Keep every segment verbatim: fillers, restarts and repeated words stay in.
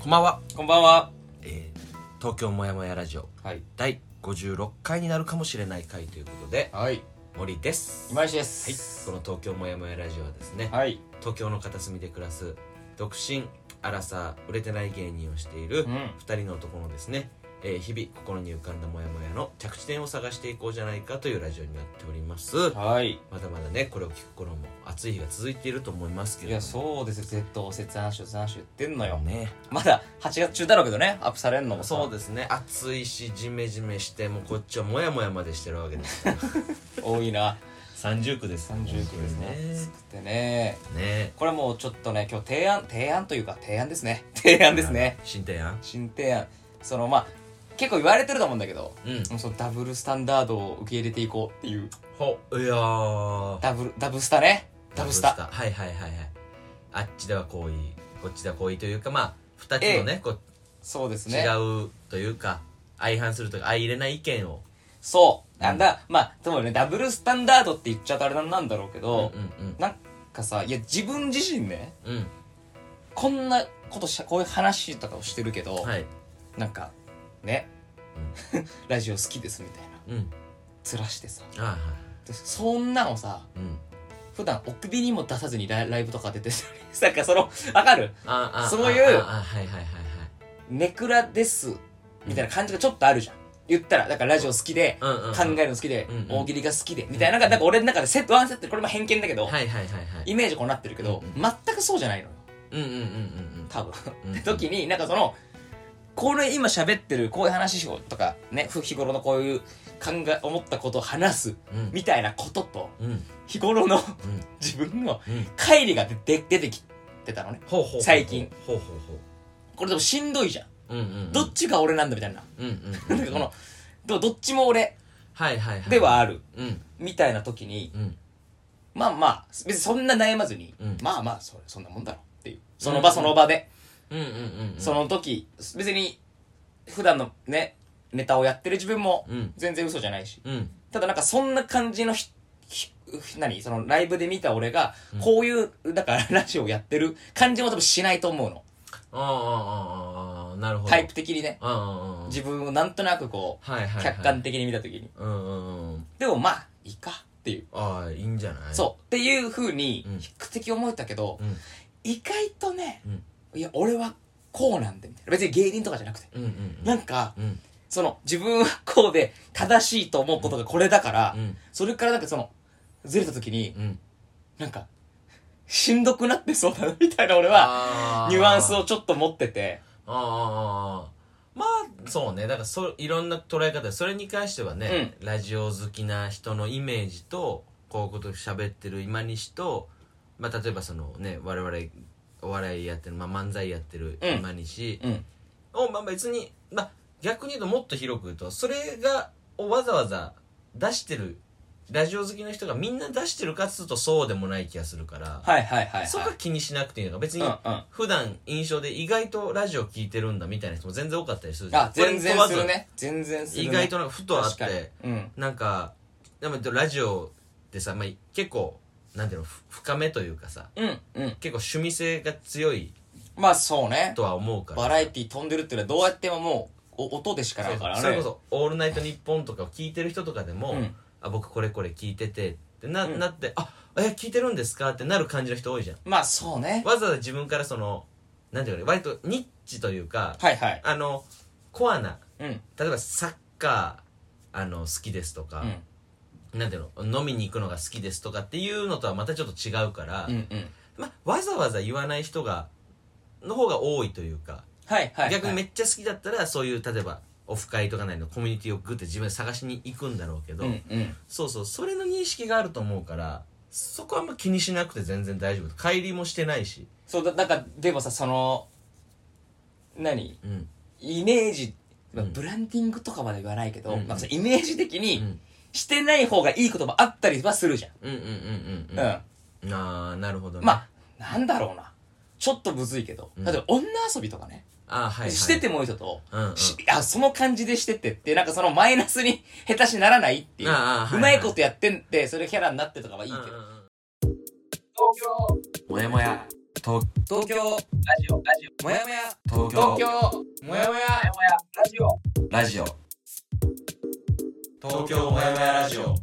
こんばんは。 こんばんは。 えー、東京もやもやラジオ、 はい。 だいごじゅうろっかいになるかもしれない回ということで、 はい。 森です。 今石ではい。 す。 この東京もやもやラジオはですね、 はい。 東京の片隅で暮らす独身アラサー売れてない芸人をしているうん。 ふたりの男のですね、えー、日々心に浮かんだモヤモヤの着地点を探していこうじゃないかというラジオになっております。 はい。 まだまだね、これを聞く頃も暑い日が続いていると思いますけれども、 いや、そうですよ。絶倒切断種、残種言ってんのよ。 ね。 まだはちがつ中だろうけどね、アップされんのもさ。 そうですね。暑いしジメジメしてもうこっちはモヤモヤまでしてるわけですよ。 多いな。 三重苦です。 三重苦ですね。暑くてね。 ね。 これもうちょっとね、今日提案、提案というか提案ですね。提案ですね。 新提案。 新提案。その、まあ、結構言われてると思うんだけど、 うん。 もうそのダブルスタンダードを受け入れていこうっていう。 ほ、いやー。 ダブル、ダブスタね。ダブスタ。 はいはいはいはい。あっちではこういい、こっちではこういいというか、まあ、二つのね、こう、 そうですね。 違うというか、相反するというか、相入れない意見を。 そう。 うん、 なんだ、まあ、でもね、ダブルスタンダードって言っちゃうとあれなんだろうけど、 うんうんうん、 なんかさ、いや、自分自身ね、 うん、 こんなことし、こういう話とかをしてるけど、 はい、 なんか、ね、うん、ラジオ好きですみたいな、うん、つらしてさ、 あ、はい、 そんなのさ、 うん、 普段お首にも出さずにライライブとか出てるなんかその、わかる？ ああそういう、 ああ、はいはいはいはい。 ネクラです、みたいな感じがちょっとあるじゃん。言ったら、だからラジオ好きで、 うんうんうん、 考えるの好きで、 うんうん、 大喜利が好きで、みたいな、なんか、なんか俺の中でセット、ワンセットで、これも偏見だけど、 はいはいはいはい、 イメージこうなってるけど、 うんうん、 全くそうじゃないのよ。 うんうんうんうん、 多分。 うんうん、 って時に、なんかその、これ今喋ってる、こういう話をとか、ね、日頃のこういう考え、思ったことを話す、みたいなことと、うん、日頃の、うん、自分の乖離が出て、出てきてたのね。 ほうほう最近。 ほうほうほう。 これでもしんどいじゃん。 うんうんうん、 どっちが俺なんだみたいな。 うんうんうん、 なんかこの、ど, どっちも俺はいはいはい、 ではある、 うん、 みたいな時に、 うん、 まあまあ、別にそんな悩まずに、うん、まあまあそ、そんなもんだろっていう。その場その場で、 うんうんうんうん、 その時、別に、普段のね、ネタをやってる自分も、全然嘘じゃないし、うん、ただなんかそんな感じのひ、ひ何そのライブで見た俺が、こういう、だからラジオやってる感じも多分しないと思うの。 ああ、ああ、ああ、なるほど。 タイプ的にね。 ああ、ああ、 自分をなんとなくこう、はいはいはい、客観的に見たときに。うんうんうん。でもまあ、いいかっていう。 ああ、いいんじゃない？ そう。っていう風に、比較的思えたけど、うん、意外とね、うん、いや、俺はこうなんだみたいな。別に芸人とかじゃなくて。うんうんうん、なんか、うん、その、自分はこうで正しいと思うことがこれだから、うん、それからなんかその、ずれたときに、うん、なんか、しんどくなってそうだな、みたいな俺は、ニュアンスをちょっと持ってて。 ああ。まあ、そうね。だからそ、いろんな捉え方で、それに関してはね、うん、ラジオ好きな人のイメージと、こういうこと喋ってる今西と、まあ、例えばそのね、我々、お笑いやってる、まあ、漫才やってる今西、うん、を、まあ、別に、まあ、逆に言うともっと広く言うと、それが、をわざわざ出してる、ラジオ好きの人がみんな出してるかつとそうでもない気がするから、 はいはいはい、はい、 そこは気にしなくていいのか。別に普段印象で意外とラジオ聞いてるんだみたいな人も全然多かったりするじゃん。 あ、全然するね。全然するね。 意外となんかふとあって、うん、なんかでもラジオってさ、まあ、結構なんていうの深めというかさ、うんうん、結構趣味性が強い。 まあそうね。 とは思うから。 バラエティ飛んでるっていうのはどうやってももう音でしかないからね。 それこそオールナイトニッポンとかを聞いてる人とかでも。うん、あ、僕これこれ聞いててってな、うん、なってあえ聞いてるんですかってなる感じの人多いじゃん。 まあそうね。 わざわざ自分からそのなんていうかね割とニッチというか、 はいはい、 あのコアな、うん、例えばサッカーあの好きですとか、うん、なんていうの飲みに行くのが好きですとかっていうのとはまたちょっと違うから、うんうん、まあわざわざ言わない人がの方が多いというか、 はいはいはい、 逆にめっちゃ好きだったらそういう例えばオフ会とかないのコミュニティをグッて自分で探しに行くんだろうけど、うんうん、そうそうそれの認識があると思うからそこはあんま気にしなくて全然大丈夫。帰りもしてないし。 そうだなんかでもさその何、うん、イメージ、まあ、ブランディングとかまで言わないけど、うんうんまあ、イメージ的にしてない方がいいこともあったりはするじゃん。うんうんうんうんうん。 うん、ああなるほどね。 まあなんだろうなちょっとむずいけど、うん、例えば女遊びとかね。あはいはい、しててもいい人と、うんうん、あその感じでしてってってなんかそのマイナスに下手しならないっていう、ああ、はいはい、うまいことやってんってそれキャラになってとかはいいけど、うんうん、東京もやもや東東京ラジオラジオもやもや東東京もやもやもやもやラジオラジオ東京もやもやラジオ。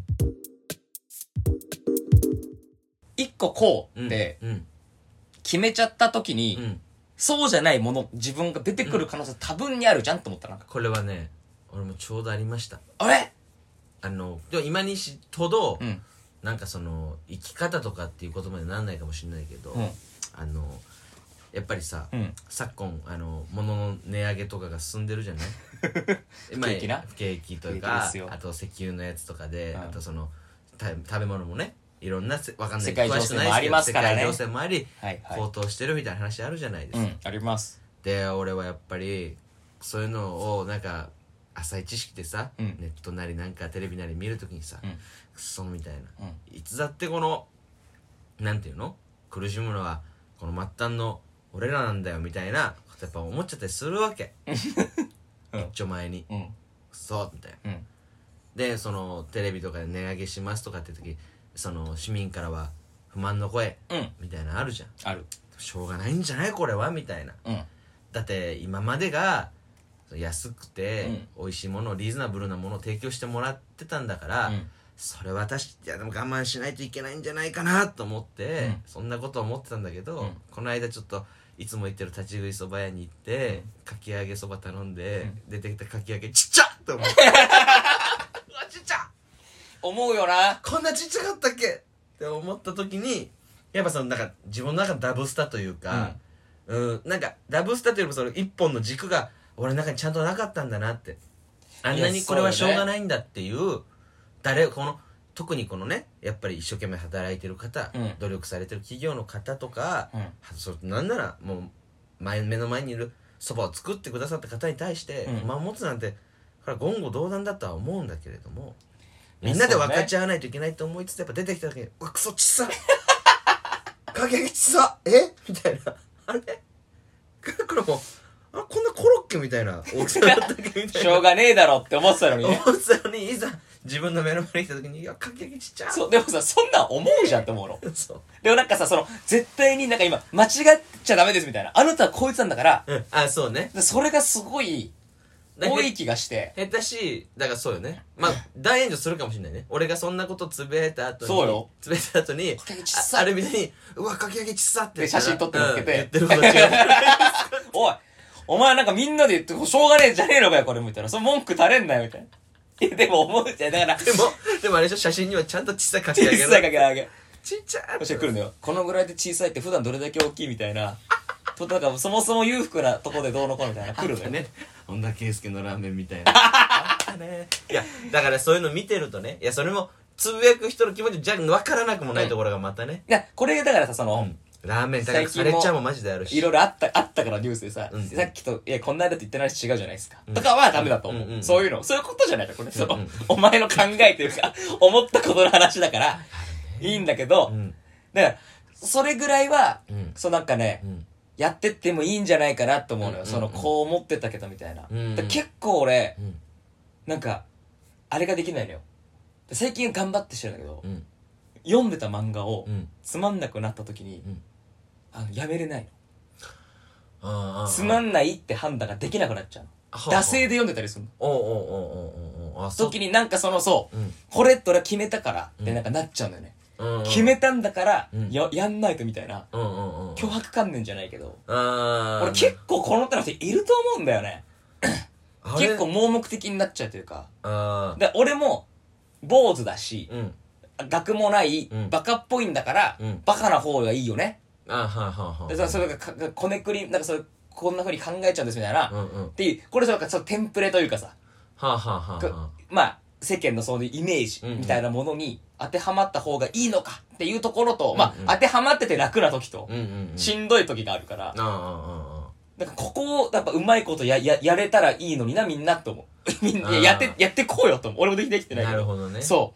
一個こうって決めちゃった時に、うんうん、そうじゃないもの自分が出てくる可能性多分にあるじゃんと思った。なんかこれはね俺もちょうどありました。 あれあのでも今にしほど、うん、なんかその生き方とかっていう言葉にならないかもしれないけど、うん、あのやっぱりさ、うん、昨今あの物の値上げとかが進んでるじゃない不景気な不景気というかあと石油のやつとかで、うん、あとその食べ物もねいろんなわかんない世界情勢もありますからね。 世界情勢もあり、はいはい、高騰してるみたいな話あるじゃないですか、うん、 あります。 で俺はやっぱりそういうのをなんか浅い知識でさ、うん、ネットなりなんかテレビなり見るときにさ、うん、クソみたいな、うん、いつだってこのなんていうの苦しむのはこの末端の俺らなんだよみたいなことやっぱ思っちゃったりするわけ、うん、一丁前に、うん、クソみたいな、うん、でそのテレビとかで値上げしますとかって時その市民からは不満の声、うん、みたいなのあるじゃん。 ある。 しょうがないんじゃないこれはみたいな、うん、だって今までが安くて、うん、美味しいものをリーズナブルなものを提供してもらってたんだから、うん、それ私いやでも我慢しないといけないんじゃないかなと思って、うん、そんなこと思ってたんだけど、うん、この間ちょっといつも行ってる立ち食いそば屋に行って、うん、かき揚げそば頼んで、うん、出てきたかき揚げちっちゃって思ってちっちゃ思うよな。 こんなちっちゃかったっけって思った時にやっぱそのなんか自分の中のダブスタというか、うん、うん、なんかダブスタというよりもその一本の軸が俺の中にちゃんとなかったんだなって、あんなにこれはしょうがないんだっていう、ね、誰この特にこのねやっぱり一生懸命働いてる方、うん、努力されてる企業の方とか、うん、そなんならもう前目の前にいるそばを作ってくださった方に対して不満、うん、持つなんてこれは言語道断だとは思うんだけれども、みんなで分かち合わないといけないと思いつつやっぱ出てきた時にうわクソちっさかき揚げちっさえみたいなあれこれもあこんなコロッケみたいな大きさだったっけみたいなしょうがねえだろって思ってたのにね思ってたのにいざ自分の目の前に来た時にいやかき揚げちっちゃそうでもさそんなん思うじゃんって思うのそうでもなんかさその絶対になんか今間違っちゃダメですみたいなあなたはこいつなんだから、 うん、あそうねそれがすごい多い気がして下手しだからそうよねまあ大炎上するかもしれないね俺がそんなことつぶやいた後にそうよつぶやいた後にあ, あれみたいにうわかき揚げちっさってで写真撮って乗っけて、うん、 言ってること違うおいお前なんかみんなで言ってしょうがねえじゃねえのかよこれみたいなその文句垂れんなよみたいなでも思うじゃんだからでもでもあれでしょ写真にはちゃんと小さいかき揚げ小さいかき揚げちっちゃいそして来るのよこのぐらいで小さいって普段どれだけ大きいみたいなとだからそもそも裕福なとこでどうのこうのみたいな来るのよね本田圭佑のラーメンみたいなあったねいやだからそういうの見てるとねいやそれもつぶやく人の気持ちじゃ分からなくもないところがまたね、 うん、いやこれだからさその、うんラーメン高くされちゃうもマジであるしいろいろあったあったからニュースでさ、うん、さっきといやこんな間と言ってないし違うじゃないですか、うん、とかはダメだと思う、うんうんうん、そういうのそういうことじゃないかこれ、うんうん、そのお前の考えというか思ったことの話だからいいんだけど、うん、だからそれぐらいは、うん、そうなんかね、うん、やってってもいいんじゃないかなと思うのよ、うんうんうん、そのこう思ってたけどみたいな、うんうん、結構俺、うん、なんかあれができないのよ最近頑張ってしてるんだけど、うん、読んでた漫画を、うん、つまんなくなった時に、うんあのやめれないの。つまんないって判断ができなくなっちゃうの。惰性で読んでたりするの。 おうおうおうおうおうおう時になんかそのそう、うん、これって俺は決めたからってなんかなっちゃうんだよね。うん、決めたんだから、うん、や, やんないとみたいな、うんうんうん、脅迫観念じゃないけど、俺結構この手の人いると思うんだよね。結構盲目的になっちゃうというか。で俺も坊主だし、うん学もない、うん、バカっぽいんだから、うん、バカな方がいいよね。 あははは。 で、それがか、こねくり、なんかそれ、こんな風に考えちゃうんですみたいな。うんうん、っていう、これそれそのテンプレというかさ。 はあ、はあはあ、 まあ、世間のそういうイメージみたいなものに当てはまった方がいいのかっていうところと、うんうん、まあ、当てはまってて楽な時と、うんうんうん、しんどい時があるから。なんかここを、やっぱうまいことや、や、やれたらいいのにな、みんなと思う。みんな、やって、やってこうよと思う。俺もできできてないけど。 なるほどね。 そう。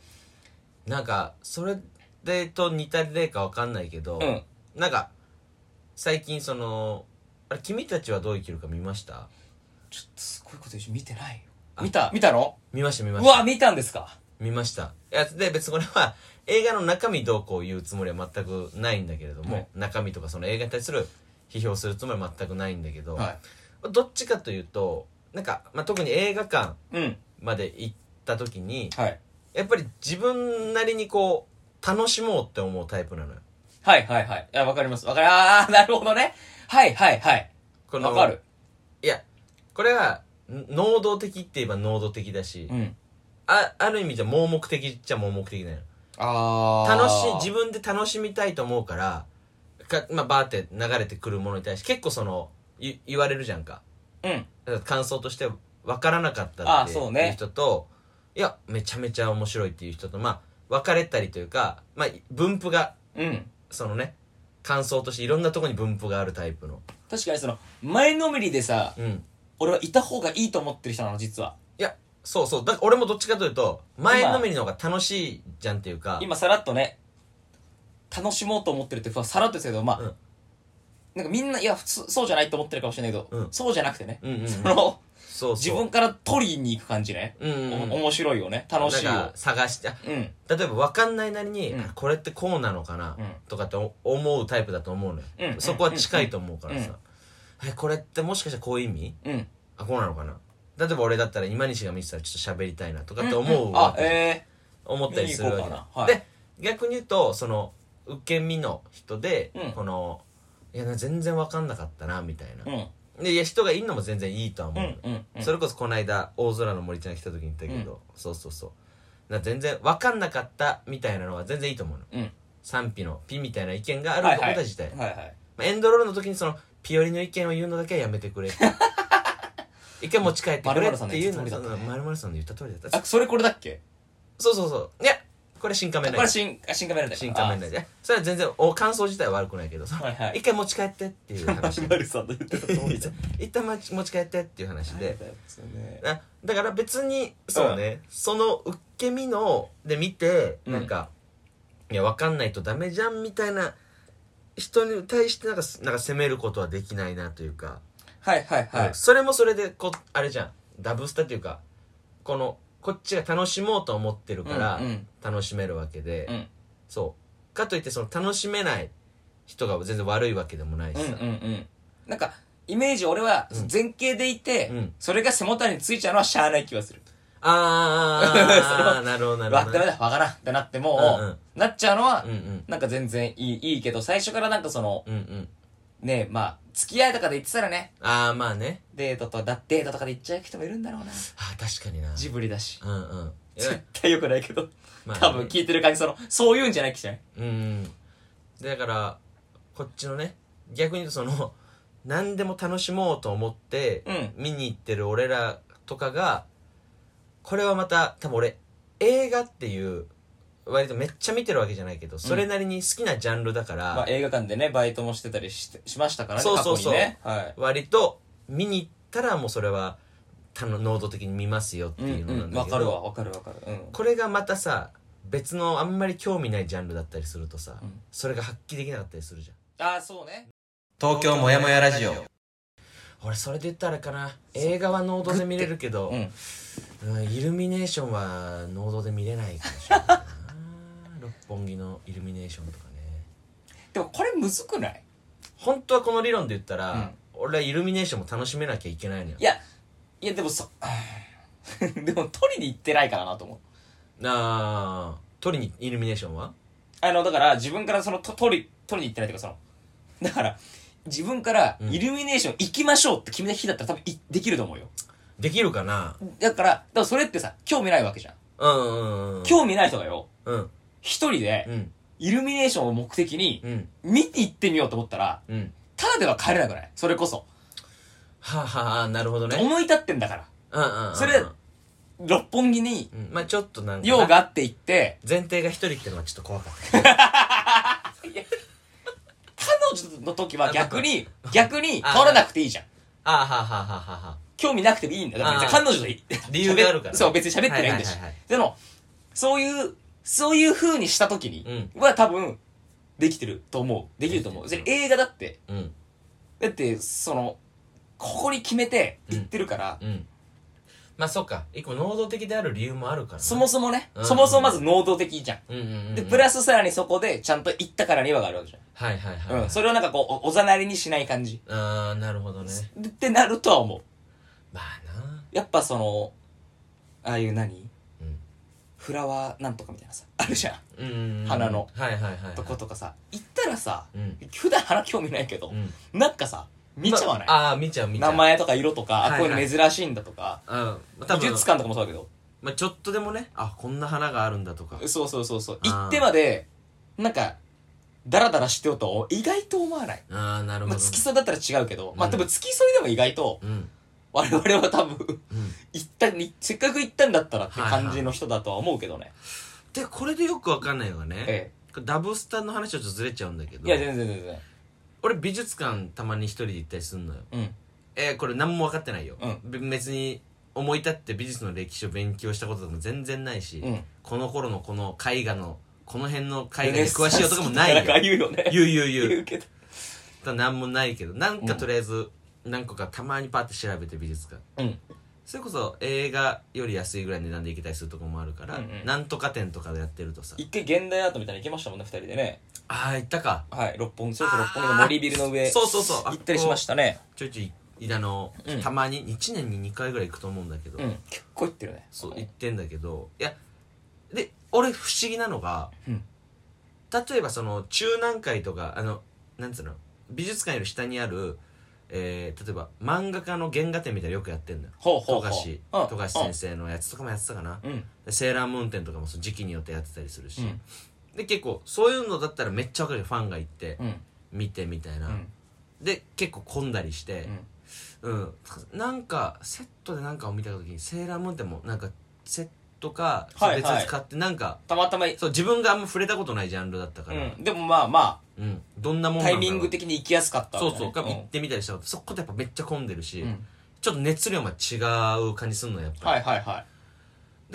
なんか、それでと似た例かわかんないけど、うん、なんか、最近その、あれ、君たちはどう生きるか見ました？ ちょっとすごいこと言うし、見てないよ。見た見たの？ 見ました見ました。 うわ、見たんですか？ 見ました。いやで別にこれは映画の中身どうこう言うつもりは全くないんだけれども、はい、中身とかその映画に対する批評するつもりは全くないんだけど、はい、どっちかというとなんか、まあ、特に映画館まで行った時に、うんはい、やっぱり自分なりにこう楽しもうって思うタイプなのよ。 はいはいはい。いや、わかります。わかり、あー、なるほどね。はいはいはい。わかる。 いや、これは、能動的って言えば能動的だし、うん、あ、ある意味じゃ盲目的っちゃ盲目的なの。あー。楽しい、自分で楽しみたいと思うから、かまあ、バーって流れてくるものに対して結構その、い言われるじゃんか。うん。だから感想として分からなかったっていう人と、ね、いや、めちゃめちゃ面白いっていう人と、まあ、分かれたりというか、まあ、分布が、うん。そのね、感想としていろんなところに分布があるタイプの。 確かにその、前のめりでさ、うん、俺はいた方がいいと思ってる人なの、実は。 いや、そうそう。だから俺もどっちかというと、前のめりの方が楽しいじゃんっていうか。 今さらっとね、楽しもうと思ってるってさらっとですけど、まあ、うん、なんかみんな、いや、普通、そうじゃないと思ってるかもしれないけど、うん、そうじゃなくてね、うんうんうん、その、そうそう自分から取りに行く感じね。うんうんうん、面白いよね。楽しいよ。なんか探して、うん、例えば分かんないなりに、うん、これってこうなのかな、うん、とかって思うタイプだと思うのよ。うん、そこは近いと思うからさ。うん、え、これってもしかしたらこういう意味、うん、あ、こうなのかな。例えば俺だったら今西が見てたらちょっと喋りたいなとかって思うわけ、うんうん、あ、えー、思ったりするわけ、はい、で、逆に言うと、その、受け身の人で、うん、この、いや、全然分かんなかったな、みたいな。うんで、いや、人がいるのも全然いいとは思う、うんうんうん、それこそこの間大空の森ちゃんが来た時に言ったけど、うん、そうそうそう全然分かんなかったみたいなのは全然いいと思うの、うん、賛否のピみたいな意見があること自体、はいはいはいはい、まあ、エンドロールの時にそのピオリの意見を言うのだけはやめてくれ一回持ち帰ってくれっていうのが丸々さんの言った通りだった。 あ、それこれだっけ。 そうそうそう、いやこれ新仮面ライダー。 これ新、新仮面ライダー。 新仮面ライダー。それは全然、お、感想自体は悪くないけど、はいはい、一回持ち帰ってっていう話。 マルさんと言ってたと思う。 一旦持ち帰ってっていう話で。だ, だから別に、そうね、うん、その受け身の、で見て、なんか、うん、いや、わかんないとダメじゃんみたいな人に対してなんか、なんか責めることはできないなというか。 はいはいはい。 それもそれで、こう、あれじゃん。ダブスタっていうか、この、こっちが楽しもうと思ってるから楽しめるわけで、うんうん、そうかといってその楽しめない人が全然悪いわけでもないしさ、うんうんうん、 なんかイメージ俺は前傾でいて、うん、それが背もたれについちゃうのはしゃあない気はする。 ああなるほどなるほど、ね、 ダメだわからんってなっても、うんうん、なっちゃうのは、うんうん、なんか全然いい、いいけど最初からなんかその、うんうん、ねえまあ付き合いとかで言ってたらね。 ああまあね。 デートとだデートとかで行っちゃう人もいるんだろうな。ああ確かにな。 ジブリだし。 うんうん。 絶対良くないけど、まあね、多分聞いてる感じそのそういうんじゃないきじゃない。 うん。だからこっちのね逆に言うとその何でも楽しもうと思って見に行ってる俺らとかが、これはまた多分俺映画っていう割とめっちゃ見てるわけじゃないけど、それなりに好きなジャンルだから、 うんまあ、映画館でねバイトもしてたり し, しましたからね。そうそうそう、ねはい、 割と見に行ったらもうそれは能動的に見ますよっていうのなんだけど、わ、 うんうん、かるわわかるわかる、うん、 これがまたさ別のあんまり興味ないジャンルだったりするとさ、うん、それが発揮できなかったりするじゃん。ああそうね。 東京もやもやラジオ。俺それで言ったらあれかな、映画は能動で見れるけど、うんうん、イルミネーションは能動で見れないかもしれないな六本木のイルミネーションとかね。 でもこれむずくない？ 本当はこの理論で言ったら、うん、俺はイルミネーションも楽しめなきゃいけないのよ。 いやいやでもそでも撮りに行ってないからなと思う。 ああ撮りにイルミネーションはあのだから自分からそのと撮り撮りに行ってないっていうかそのだから自分からイルミネーション行きましょうって決めた日だったら多分いできると思うよ。 できるかな。 だからだからそれってさ興味ないわけじゃん。うんうんうん、興味ない人がよ、うん、一人で、うん、イルミネーションを目的に、うん、見に行ってみようと思ったら、うん、ただでは帰れなくない？それこそはあ、はあ、なるほどね。 思い立ってんだから、うんうんうんうん、それ六本木に、 うん、まあちょっとなんか用があって行って前提が一人ってのはちょっと怖かったいや彼女の時は逆に逆に取らなくていいじゃん。 あははははは興味なくてもいいんだよ。だから彼女と理由があるからそう別に喋ってないんだし、でもそういうそういう風にした時には多分できてると思う。できると思う。それ映画だって、うん、だってそのここに決めて行ってるから、うんうん、 まあそうか、一個能動的である理由もあるから、ね、 そもそもね、 うんうん、 そもそもまず能動的じゃん。 うんうんうんうん、 でプラスさらにそこでちゃんと行ったからにはがあるわけじゃん。 はいはいはい、はい、 うん、それをなんかこうおざなりにしない感じ。 ああなるほどねってなるとは思う。 まあな、 やっぱそのああいう何、 うん、 フラワーなんとかみたいなさあるじゃん、 うんうん、 花のはいはいはい、はい、 とことかさ行ったらさ、 うん、 普段花興味ないけど、 うん、 なんかさ見ちゃわない、 まああ見ちゃう見ちゃう、 名前とか色とか、 はいはい、 あこういうの珍しいんだとか、 うん、多分美術館とかもそうだけど、 まあ、ちょっとでもね、あこんな花があるんだとか、 そうそうそうそう、行ってまでなんかダラダラしてようと意外と思わない。 ああなるほど、 まあ、付き添いだったら違うけど、 うん、 まあ多分付き添いでも意外と、 うん、 我々は多分、うん、行ったにせっかく行ったんだったらって感じの人だとは思うけどね、はいはい、 でこれでよくわかんないのがね、 ええ、 ダブスタの話はちょっとずれちゃうんだけど、 いや全然全然俺美術館たまに一人で行ったりすんのよ、うん、えー、これ何も分かってないよ、うん、別に思い立って美術の歴史を勉強したこととかも全然ないし、うん、この頃のこの絵画のこの辺の絵画に詳しいよとかもないよ。 言うよね。 言う言う言う。 言うけど。 だ何もないけど、なんかとりあえず何個かたまにパッて調べて美術館。うん。それこそ映画より安いぐらいの値段で行けたりするとこもあるから、うんうん、なんとか店とかでやってるとさ。 一回現代アートみたいなの行きましたもんね、二人でね。 ああ、行ったか。 はい、六本木、そうそう六本木の森ビルの上。 そうそうそう。 行ったりしましたね。 ちょいちょい。あの、うん、たまにいちねんににかいぐらい行くと思うんだけど、うん、 結構行ってるね。 そう行ってんだけど、いやで俺不思議なのが、うん、例えばその中南海とかあのなんつうの美術館より下にある、えー、例えば漫画家の原画展みたいなのよくやってんのよ。富樫富樫先生のやつとかもやってたかな、うん、でセーラームーン展とかもその時期によってやってたりするし、うん、で結構そういうのだったらめっちゃわかるよ、ファンが行って、うん、見てみたいな、うん、で結構混んだりして、うんうん、なんかセットでなんかを見た時にセーラームーンってもなんかセットか別々買ってなんか、はいはい、 たまたまそう自分があんま触れたことないジャンルだったから、 うん、でもまあまあ、 うん、どんなもんなんだろうタイミング的に行きやすかった、 ね、そうそう、うん、行ってみたりしたことそこでやっぱめっちゃ混んでるし、うん、ちょっと熱量が違う感じするのやっぱり、 はいはいはい。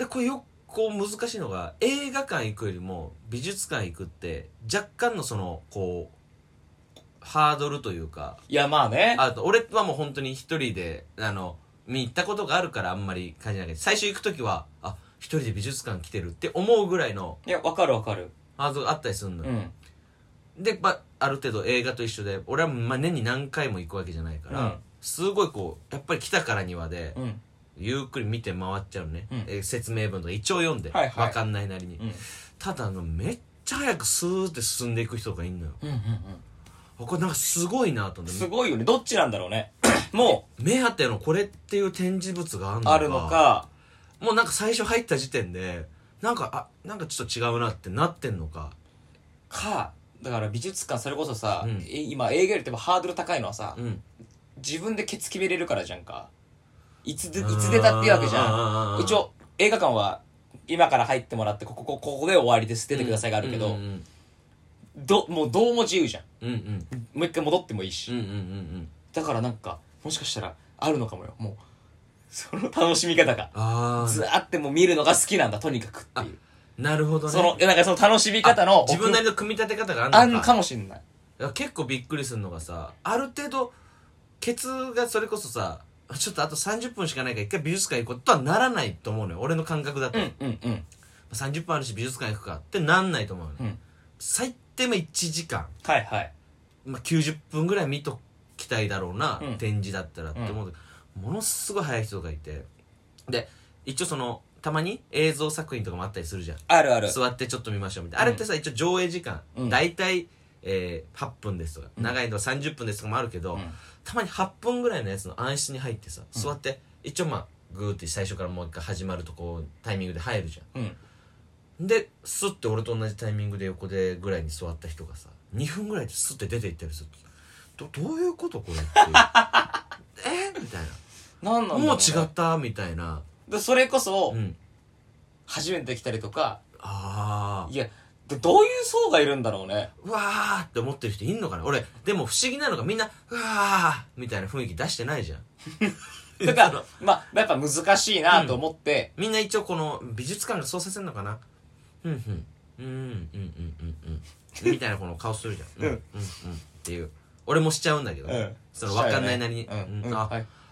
でこれよくこう難しいのが映画館行くよりも美術館行くって若干のそのこうハードルというか、 いやまあね、 あと俺はもう本当に一人であの見に行ったことがあるからあんまり感じないけど、最初行く時はあ一人で美術館来てるって思うぐらいの、 いやわかるわかるハードルがあったりするのよ、うん、で、ま、ある程度映画と一緒で俺はまあ年に何回も行くわけじゃないから、うん、すごいこうやっぱり来たからにはで、うん、ゆっくり見て回っちゃうね、うん、え説明文とか一応読んで、はいはい、分かんないなりに、うん、ただあのめっちゃ早くスーって進んでいく人がいんのよ、うんうんうん、これなんかすごいなと思って。 すごいよね。どっちなんだろうね。もう目当てのこれっていう展示物があるのかあるのか、 もうなんか最初入った時点でなんかあなんかちょっと違うなってなってんのかか、だから美術館それこそさ、うん、今映画よりでもハードル高いのはさ、うん、自分でケツ決めれるからじゃんか。いつでいつ出たっていうわけじゃん。一応映画館は今から入ってもらってこここここで終わりです出てくださいがあるけど、うんうんうんうんどもうどうも自由じゃん、うんうん、もう一回戻ってもいいし、うんうんうんうん、だからなんかもしかしたらあるのかもよ、もうその楽しみ方があずーってもう見るのが好きなんだとにかくっていう。 なるほどね。 そのなんかその楽しみ方の自分なりの組み立て方があるのかあんかもしんない。 結構びっくりするのがさ、ある程度ケツがそれこそさちょっとあとさんじゅっぷんしかないから一回美術館行こうとはならないと思うのよ、俺の感覚だと、うんうんうん、さんじゅっぷんあるし美術館行くかってなんないと思うのよ、うん、最でもいちじかん、 はいはい、 まあ、きゅうじゅっぷんぐらい見ときたいだろうな、うん、展示だったらって思う、うん、ものすごい早い人がいて、で一応そのたまに映像作品とかもあったりするじゃん、 あるある、 座ってちょっと見ましょうみたいな、うん、あれってさ一応上映時間、うん、大体、えー、はっぷんですとか、うん、長いのはさんじゅっぷんですとかもあるけど、うん、たまにはっぷんぐらいのやつの暗室に入ってさ、座って一応まあグーって最初からもう一回始まるとこうタイミングで入るじゃん、うんでスッて俺と同じタイミングで横でぐらいに座った人がさにふんぐらいでスッて出ていったりすると ど, どういうことこれってえみたいな、なんなんだろうね、もう違ったみたいな。 でそれこそ、うん、初めて来たりとか、ああいやどういう層がいるんだろうね、 うわーって思ってる人いんのかな。俺でも不思議なのがみんなうわーみたいな雰囲気出してないじゃんだからまあやっぱ難しいなと思って、 うん、みんな一応この美術館がそうさせるのかな、うんうんうんうんうんうんうんみたいなこの顔するじゃん、うんうんうんっていう俺もしちゃうんだけど、うん、その分かんないなりに、ね、うんうん、あ、はい、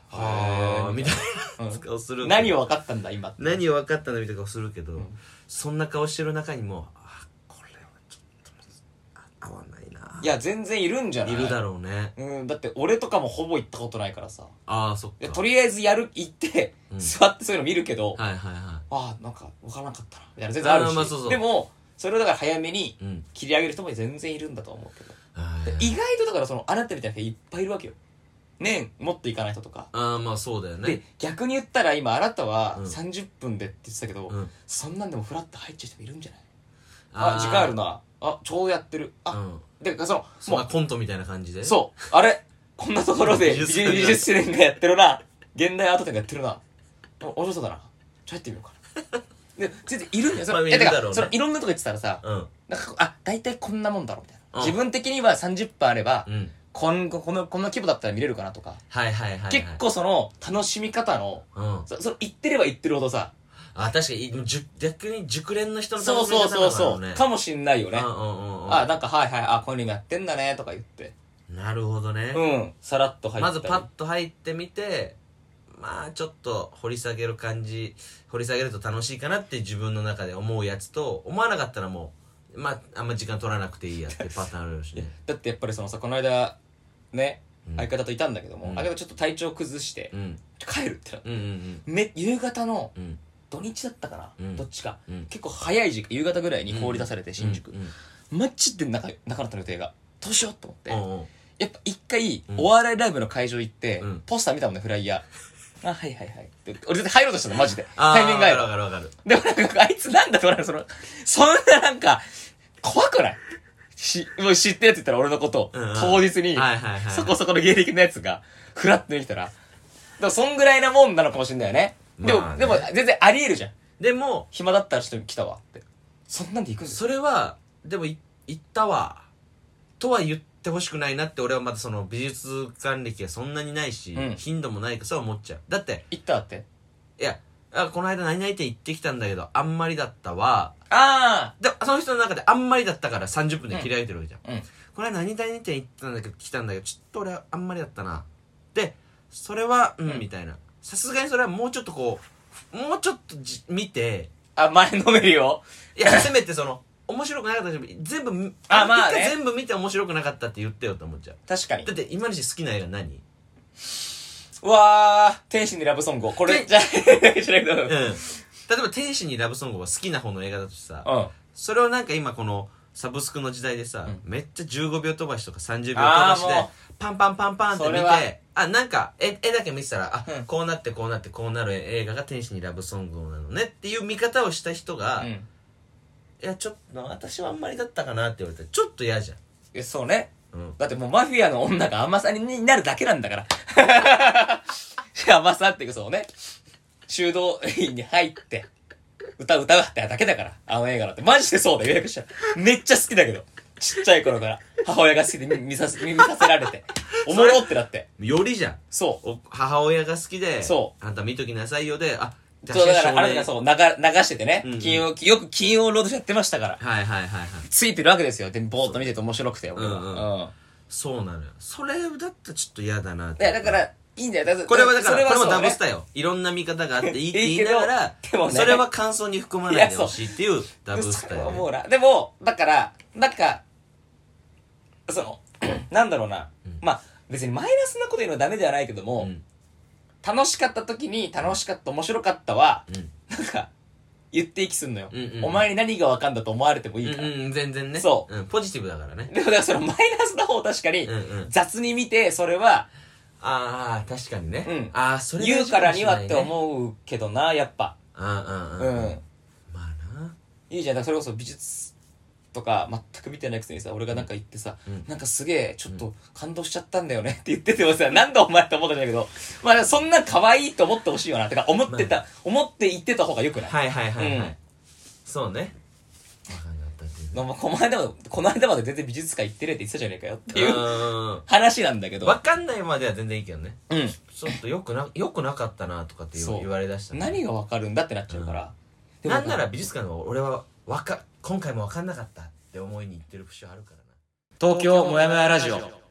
はあみたいな顔する、 うん、何を分かったんだ今って何を分かったんだみたいな顔するけど、うん、そんな顔してる中にもあこれはちょっと合わないな。 いや全然いるんじゃない？ いるだろうね。 うん、だって俺とかもほぼ行ったことないからさ。 ああそっか。 とりあえずやる行って、うん、座ってそういうの見るけど、 はいはいはい、 ああなんか分からなかったなみたいな全然あるし、まあ、そうそうでもそれをだから早めに切り上げる人も全然いるんだと思うけど、うん、意外とだからそのあなたみたいな人いっぱいいるわけよ。ねえもっと行かない人とか。 ああまあそうだよね。 で逆に言ったら今あなたはさんじゅっぷんでって言ってたけど、うん、そんなんでもフラッと入っちゃう人もいるんじゃない？あ時間あるなあちょうどやってるあ、うん、でそのもうコントみたいな感じでそうあれこんなところで美術史年がやってるな現代アート展がやってるな面白そうだなちょっとやってみようかなで全然いるんだよそれ、まあ、いるだろうね、いやてかそのいろんなとこ言ってたらさ、うん、なんかあ大体こんなもんだろうみたいな、うん、自分的にはさんじゅっぷんあれば、うんこのこのこの規模だったら見れるかなとか、 はいはいはい、はい、 結構その楽しみ方の、うん、そその言ってれば言ってるほどさあ確かに逆に熟練の人の楽しみ方なのかもね。 そうそうそうそうかもしんないよね。うんうんうんうん、あなんかはいはいあこういうのやってんだねとか言ってなるほどね。 うんさらっと入ってまずパッと入ってみてまあちょっと掘り下げる感じ掘り下げると楽しいかなって自分の中で思うやつと思わなかったらもうまああんま時間取らなくていいやってパターンあるしねだってやっぱりそのさこの間ね、うん、相方といたんだけども、うん、相方ちょっと体調崩して、うん、帰るってな、うんうんうん、め夕方の、うん土日だったかな、うん、どっちか、うん、結構早い時間夕方ぐらいに放り出されて、うん、新宿、うんうん、マジでなかなかったの予定がどうしようと思って、うんうん、やっぱ一回、うん、お笑いライブの会場行って、うん、ポスター見たもんねフライヤーあはいはいはい俺絶対入ろうとしたのマジでタイミングが合えばわかるわかるでもなんかあいつなんだと思うそのそんななんか怖くないしもう知ってるやつ言ったら俺のことを、うんうん、当日に、はいはいはいはい、そこそこの芸歴のやつがフラッとできたらだからそんぐらいなもんなのかもしれないよねでも、まあね、でも全然あり得るじゃん。 でも暇だったら人来たわってそんなんで行くんですそれはでも行ったわとは言ってほしくないなって俺はまだその美術館歴がそんなにないし、うん、頻度もないからそう思っちゃうだって行ったっていやあこの間何々店行ってきたんだけどあんまりだったわああでその人の中であんまりだったからさんじゅっぷんで切り上げてるわけじゃん、うんうん、この間何々店行ったんだけど来たんだけどちょっと俺はあんまりだったなでそれはうん、うん、みたいなさすがにそれはもうちょっとこうもうちょっとじ見てあ前のめりよいやせめてその面白くなかったし全部あまあね全部見て面白くなかったって言ってよと思っちゃう確かにだって今西好きな映画何うわー天使にラブソングこれじゃないじゃないけど、うん、例えば天使にラブソングは好きな方の映画だとさ、 うん、それをなんか今このサブスクの時代でさ、うん、めっちゃじゅうごびょう飛ばしとかさんじゅうびょう飛ばしでパンパンパンパンって見てあなんか絵絵だけ見てたらあ、うん、こうなってこうなってこうなる映画が天使にラブソングなのねっていう見方をした人が、うん、いやちょっと私はあんまりだったかなって言われたらちょっと嫌じゃんえそうね、うん、だってもうマフィアの女が甘さになるだけなんだから甘さっていうかそうね修道院に入って歌歌うってだけだからあの映画だってマジでそうだよ予約したらめっちゃ好きだけどちっちゃい頃から母親が好きで見させ見させられておもろってなってよりじゃんそう母親が好きでそうあんた見ときなさいよであそうだからあれがそう流流しててね、うんうん、金曜よく金曜ロードショーやってましたからはいはいはいはいついてるわけですよでボーっと見てて面白くて俺は、 うんうんうん、そうなのよそれだったらちょっと嫌だなっていやだからいいんだよだこれはだからこれもダブスターよいろんな見方があっていいって言いながらでも、ね、それは感想に含まないでほしいっていうダブスターよ、ね、 もうなでもだからなんかそのなんだろうな、うん、まあ別にマイナスなこと言うのはダメではないけども、うん、楽しかった時に楽しかった面白かったは、うん、なんか言っていきすんのよ、うんうんうん、お前に何が分かんだと思われてもいいから、 うんうん、全然ねそう、 うん、ポジティブだからねでもだからそのマイナスな方確かに雑に見てそれはああ確かにね、 うん、 あそれ言うからにはって思うけどなやっぱああうんうんまあないいじゃんだからそれこそ美術とか全く見てないくせにさ俺がなんか言ってさ、うん、なんかすげえちょっと感動しちゃったんだよねって言っててもさ、うん、なんだお前って思ったんだけどまあそんな可愛いと思ってほしいよなとか思ってた、まあ、思って言ってた方がよくないはいはいはいはい、うん、そうね分かんなかったっていう、 まあ、この間までこの間まで全然美術館行ってるって言ってたじゃねえかよっていう話なんだけど分かんないまでは全然いいけどねうんちょっとよくなよくなかったなとかって言われだした、 ね、何が分かるんだってなっちゃうから、 うん、なんなら美術館の俺はわか今回も分かんなかったって思いに行ってる節はあるからな。 東京もやもやラジオ。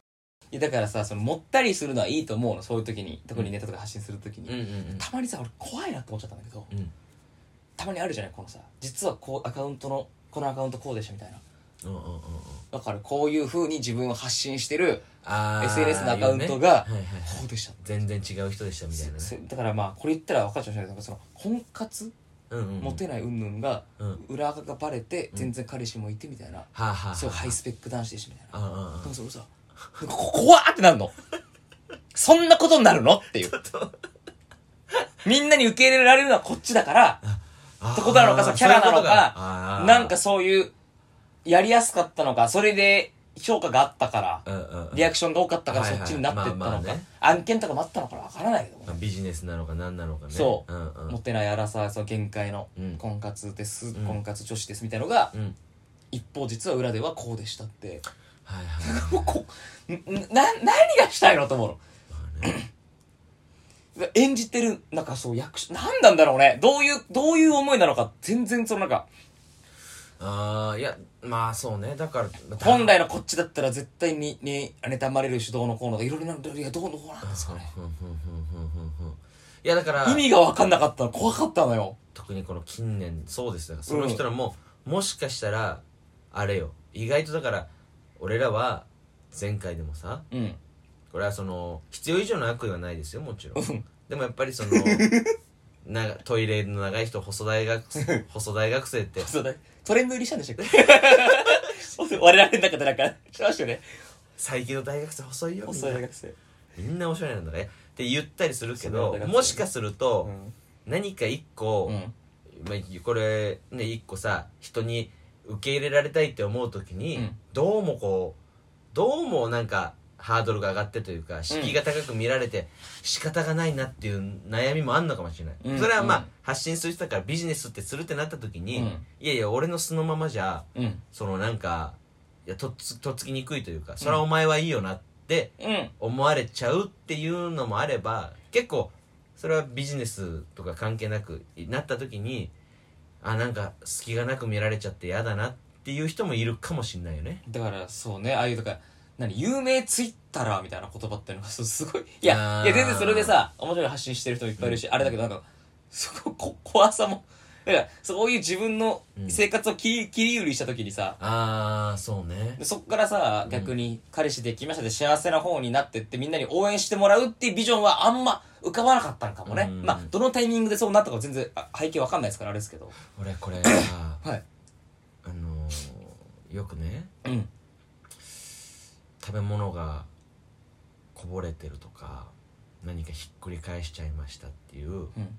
いやだからさ、そのもったりするのはいいと思うの、そういう時に、特にネタとか発信する時に、 うんうんうん、 たまにさ俺怖いなって思っちゃったんだけど、 うん、 たまにあるじゃない、このさ、実はこうアカウントのこのアカウントこうでしたみたいな、 うんうんうんうん、 だからこういう風に自分を発信してるあエスエヌエス のアカウントが、 ね、はいはいはい、 こうでした、 全然違う人でしたみたいなね。 だからまあこれ言ったら分かっちゃうじゃないですか、その婚活、 うんうんうん、 モテない云々が、 うん、 裏垢がバレて全然彼氏もいてみたいな、 はあはあ、 そうハイスペック男子でしたみたいな、 ああああ、 でもそれさこ怖ってなるのそんなことになるのっていうみんなに受け入れられるのはこっちだからってことなのか、そのキャラなのか、なんかそういうやりやすかったのか、それで評価があったから、うんうん、リアクションが多かったからそっちになってったのか、はいはいまあまあね、案件とかもあったのかわからないけども、ね、 ビジネスなのか何なのかね、 そう、 うんうん、 モテないアラサー、その限界の婚活です、うん、婚活女子ですみたいなのが、うん、一方実は裏ではこうでしたって、はいはい、こな何がしたいのと思うの、まあね、演じてるなんかそう役者何なんだろうね、どういうどういう思いなのか全然そのなんか、 ああいやまあそうね、だから本来のこっちだったら絶対にね妬まれるしどうのこうのとかいろいろな、いやどうのこうなんですかね、 いやだから意味が分かんなかったの、怖かったのよ、 特にこの近年そうですだからその人らも、うん、もしかしたらあれよ、意外とだから俺らは前回でもさ、うん、これはその必要以上の悪意はないですよもちろん、うん、でもやっぱりそのなトイレの長い人細大学細大学生って細大トレンド入りしたんでしたっけ我々の中でなんかしましたよね、 最近の大学生細いよ、 細い大学生みんなおしゃれなんだねって言ったりするけど、もしかすると、うん、何か一個、うんまあ、これね一個さ人に受け入れられたいって思う時に、うん、どうもこうどうもなんかハードルが上がってというか敷居が高く見られて仕方がないなっていう悩みもあんのかもしれない、うん、それはまあ、うん、発信する人だからビジネスってするってなった時に、うん、いやいや俺の素のままじゃ、うん、そのなんかいやとっつとっつきにくいというか、それはお前はいいよなって思われちゃうっていうのもあれば、結構それはビジネスとか関係なくなった時にあなんか隙がなく見られちゃって嫌だなっていう人もいるかもしれないよね。 だからそうね、ああいうとか何有名ツイッターみたいな言葉っていうのがすごいいやいや全然それでさ面白い発信してる人いっぱいいるし、うん、あれだけどなんかそここ怖さもだからそういう自分の生活を切り、うん、切り売りした時にさ、 ああそうね、 そっからさ逆に彼氏できましたで幸せな方になってってみんなに応援してもらうっていうビジョンはあんま浮かばなかったんかもね、うん、まあどのタイミングでそうなったか全然背景わかんないですからあれですけど、 俺これはいあのー、よくね、 うん食べ物がこぼれてるとか何かひっくり返しちゃいましたっていう、うん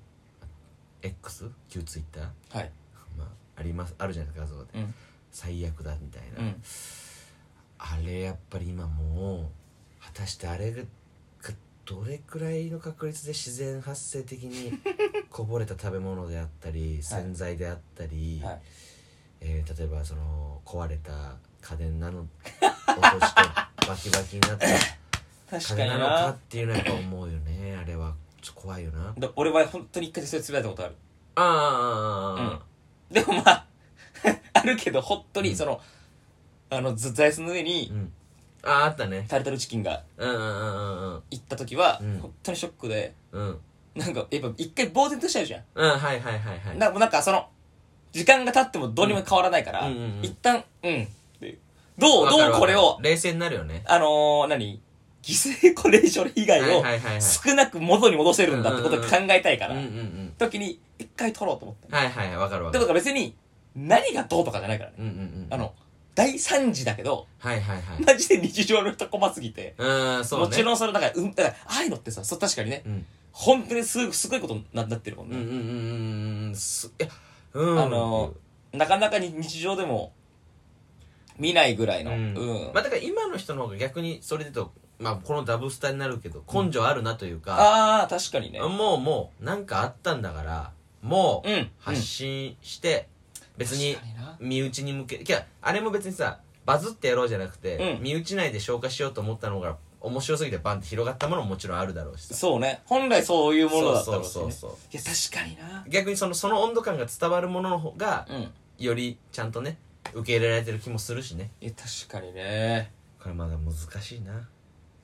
、X 旧ツイッター、 はいまあ、ありますあるじゃないですか画像で、うん、最悪だみたいな、うん、あれやっぱり今もう果たしてあれがどれくらいの確率で自然発生的にこぼれた食べ物であったり洗剤であったり、はいえー、例えばその壊れた家電なの落としてバキバキになった確かにななのかっていうのはやっぱ思うよね。あれはちょっと怖いよな。 だ俺は本当に一回それつぶやいたことある。 ああ、 うん、でもまああるけど本当にその、うん、あの座椅子の上に、うん、 あああったねタルタルチキンがうんうんうんうん行った時は、 うん、 本当にショックで、 うん、 なんかやっぱ一回呆然としちゃうじゃん。 うんはいはいはいはいななんかその時間が経ってもどうにも変わらないから、 うんうんうんうん、 一旦うんどうどうこれを冷静になるよね。 あのー、何犠牲コレーション被害を少なく元に戻せるんだってことを考えたいから、時に一回取ろうと思って。 はいはいわかるわかる。 だから別に何がどうとかじゃないからね。 うんうんうん、 あの大惨事だけど、 はいはいはい。 マジで日常の人困すぎて、 うんそうね。 もちろんそれだから、うん、だからああいうのってさ、そう確かにね、うん、本当にすすごいことになってるもんね。 うんうんうんうんすいや、 うん、あのなかなかに日常でも見ないぐらいの、うんうん、まあだから今の人の方が逆にそれでとまあこのダブスターになるけど根性あるなというか、うん、 ああ確かにね、 もうもうなんかあったんだからもう発信して、うん、別に身内に向けいやあれも別にさバズってやろうじゃなくて、うん、身内内で消化しようと思ったのが面白すぎてバンって広がったものももちろんあるだろうしさ、 そうね本来そういうものだったろうし、ね、 そうそうそうそういや確かにな逆にそのその温度感が伝わるものの方が、うん、よりちゃんとね受け入れられてる気もするしね。 いや確かにねこれまだ難しいな。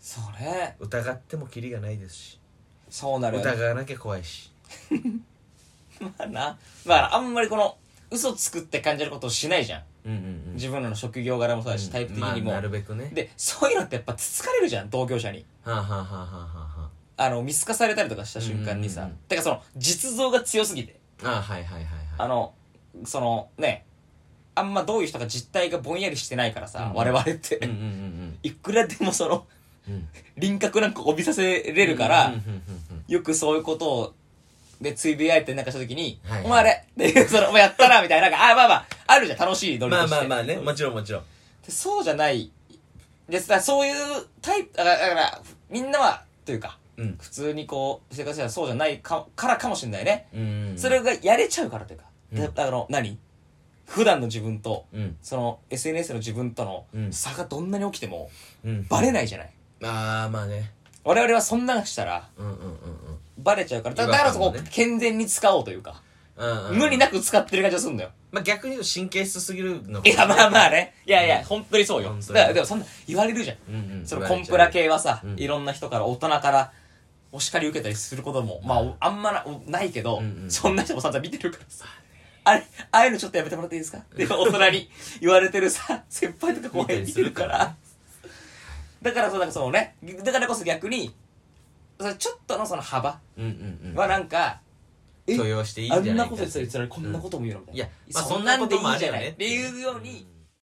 そうね。 疑ってもキリがないですし、 そうなるよね。 疑わなきゃ怖いし。 まあな。まああんまりこの嘘つくって感じることをしないじゃん。 うんうんうん。 自分らの職業柄もそうだし、タイプ的にも、 まあ、なるべくね。 でそういうのってやっぱつつかれるじゃん、同業者に。 はあ、はあはあはあはあ、 あの見透かされたりとかした瞬間にさ、 うんうんうん、 てかその実像が強すぎて、 ああ、はいはいはいはい。 あのそのね、あんまどういう人か実態がぼんやりしてないからさ、うん、我々って、うんうんうんうん、いくらでもその、うん、輪郭なんか帯びさせれるから、うんうんうんうん、よくそういうことをでついべやいてなんかした時に、はいはい、お前あれっていう、そのお前やったなみたいな、なんかあまあまああるじゃん、楽しいノリとして。 まあまあまあね、もちろんもちろん。 でそうじゃないでさ、そういうタイプだから、だからみんなはというか、うん、普通にこう生活してたらそうじゃないかからかもしれないね、うんうんうん、それがやれちゃうからというか、うん、あの何普段の自分と、うん、その エスエヌエス の自分との差がどんなに起きても、うん、バレないじゃない、 うん、ああまあね、 我々はそんなのしたら、うんうんうんうん、バレちゃうから、だからそこを健全に使おうというか、うんうんうん、無理なく使ってる感じがするんだよ。 まあ逆に言うと神経質すぎるのか、ね、いやまあまあね、いやいや、うん、本当にそうよ。だからでもそんな言われるじゃん、うんうん、そのコンプラ系はさ、うん、いろんな人から大人からお叱り受けたりすることも、まあ、あんま な, ないけど、うんうん、そんな人もさんざん見てるからさ、あれ、ああいうのちょっとやめてもらっていいですかって大人に言われてるさ、先輩とか後輩見てるから。だからそう、なんかそのね、だからこそ逆に、ちょっとのその幅はなんか、 うんうんうん、許容していいんじゃないか。 あんなこと言ってたら言ってたらこんなことも言うのみたいな。 いや、まあそんなんでいいじゃないっていうように。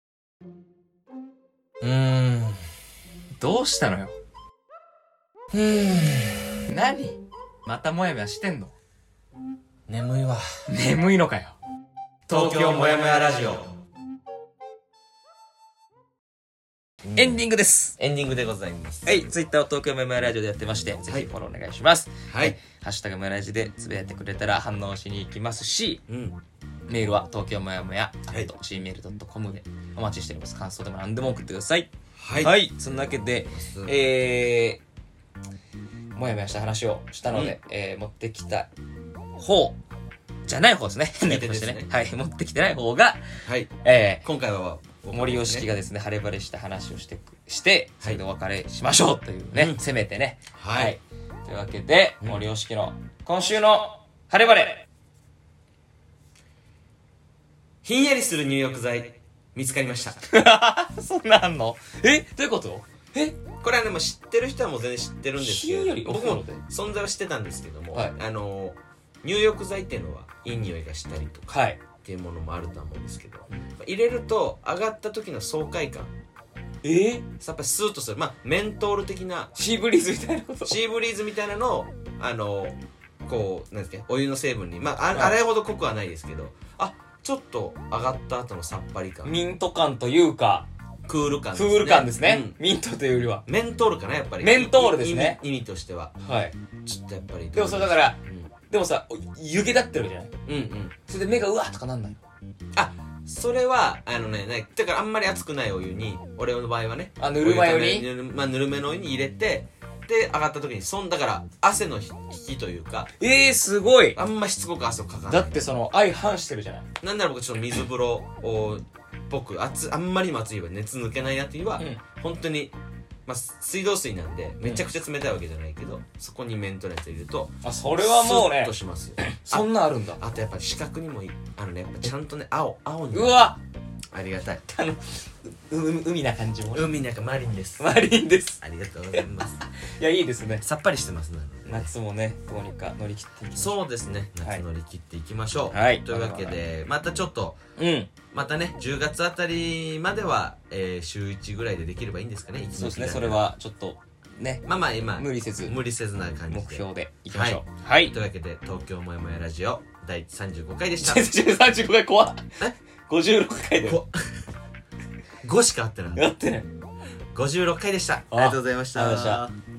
うーん。 どうしたのよ。 うーん。 何またもやもやしてんの？ 眠いわ。 眠いのかよ。 東京もやもやラジオ。 エンディングです。 エンディングでございます。 はい、ツイッターを東京もやもやラジオでやってまして、ぜひフォローお願いします。 はい。はい、 ハッシュタグもやラジでつぶやいてくれたら反応しに行きますし、うん、メールは東京もやもや アットジーメールドットコム でお待ちしております。感想でも何でも送ってください。 はい。 はい、そんなわけで、えー、もやもやした話をしたので、うん、えー、持ってきた方じゃない方ですね。変なことしてね。はい、持ってきてない方が、 はい、 えー、 今回は森吉樹がですね、晴れ晴れした話をしてしてそれでお別れしましょうというね、うん、せめてね、 はい、はい、 というわけで、うん、森吉樹の今週の晴れ晴れ、 ひんやりする入浴剤見つかりました。 そんなんあんの？え、どういうこと？え、 これはね、もう知ってる人はもう全然知ってるんですけど、 僕も存在は知ってたんですけども、 はい、 あの入浴剤っていうのはいい匂いがしたりとか、 はい、 っていうものもあると思うんですけど、うん、入れると上がった時の爽快感、 えー、 やっぱスーッとする、まあメントール的なシーブリーズみたいなこと、 シーブリーズみたいなのをあのこうなんですか、お湯の成分に、まああ、はい、あれほど濃くはないですけど、あ、ちょっと上がった後のさっぱり感、 ミント感というかクール感ですね。クール感ですね、うん、ミントというよりはメントールかな、やっぱりメントールですね、 意味、意味としては、 はい、 ちょっとやっぱりでもそれだから、うん、でもさ湯気立ってるじゃない、うんうん、それで目がうわっとかなんないの？ あ、それはあのね、だからあんまり熱くないお湯に、俺の場合はね、 あ、ぬるま湯に、 ぬる、まあ、ぬるめのお湯に入れて、で上がった時にそんだから汗の引きというか、 えー、すごい、 あんましつこく汗をかかない。 だってその相反してるじゃない。 なんなら僕ちょっと水風呂を僕熱あんまりも熱いわ、熱抜けないなっていうは、うん、本当にまあ水道水なんでめちゃくちゃ冷たいわけじゃないけど、うん、そこにメントのやつ入れると、 あ、それはもうねスッとしますよ。 そんなあるんだ。 あとやっぱり視覚にもいい、あのね、やっぱちゃんとね、青青に、 うわ、 ありがたい、 あの海な感じも、 海なんかマリンです。 マリンです。 ありがとうございます。 いや、いいですね、 さっぱりしてますね。 夏もね、どうにか乗り切っていきましょう。 そうですね、夏乗り切っていきましょう、 はい、 というわけでまたちょっと、 うん、 またねじゅうがつあたりまでは、えー、週いちぐらいでできればいいんですかね。 そうですね、それはちょっとね、 まあまあ今無理せず無理せずな感じで目標でいきましょう。 はい、はい、というわけで東京もやもやラジオだいさんじゅうごかいでした。 さんじゅうごかい怖っ。えごじゅうろっかいでごしか合ってない。 合ってない。 ごじゅうろっかいでした。ありがとうございました。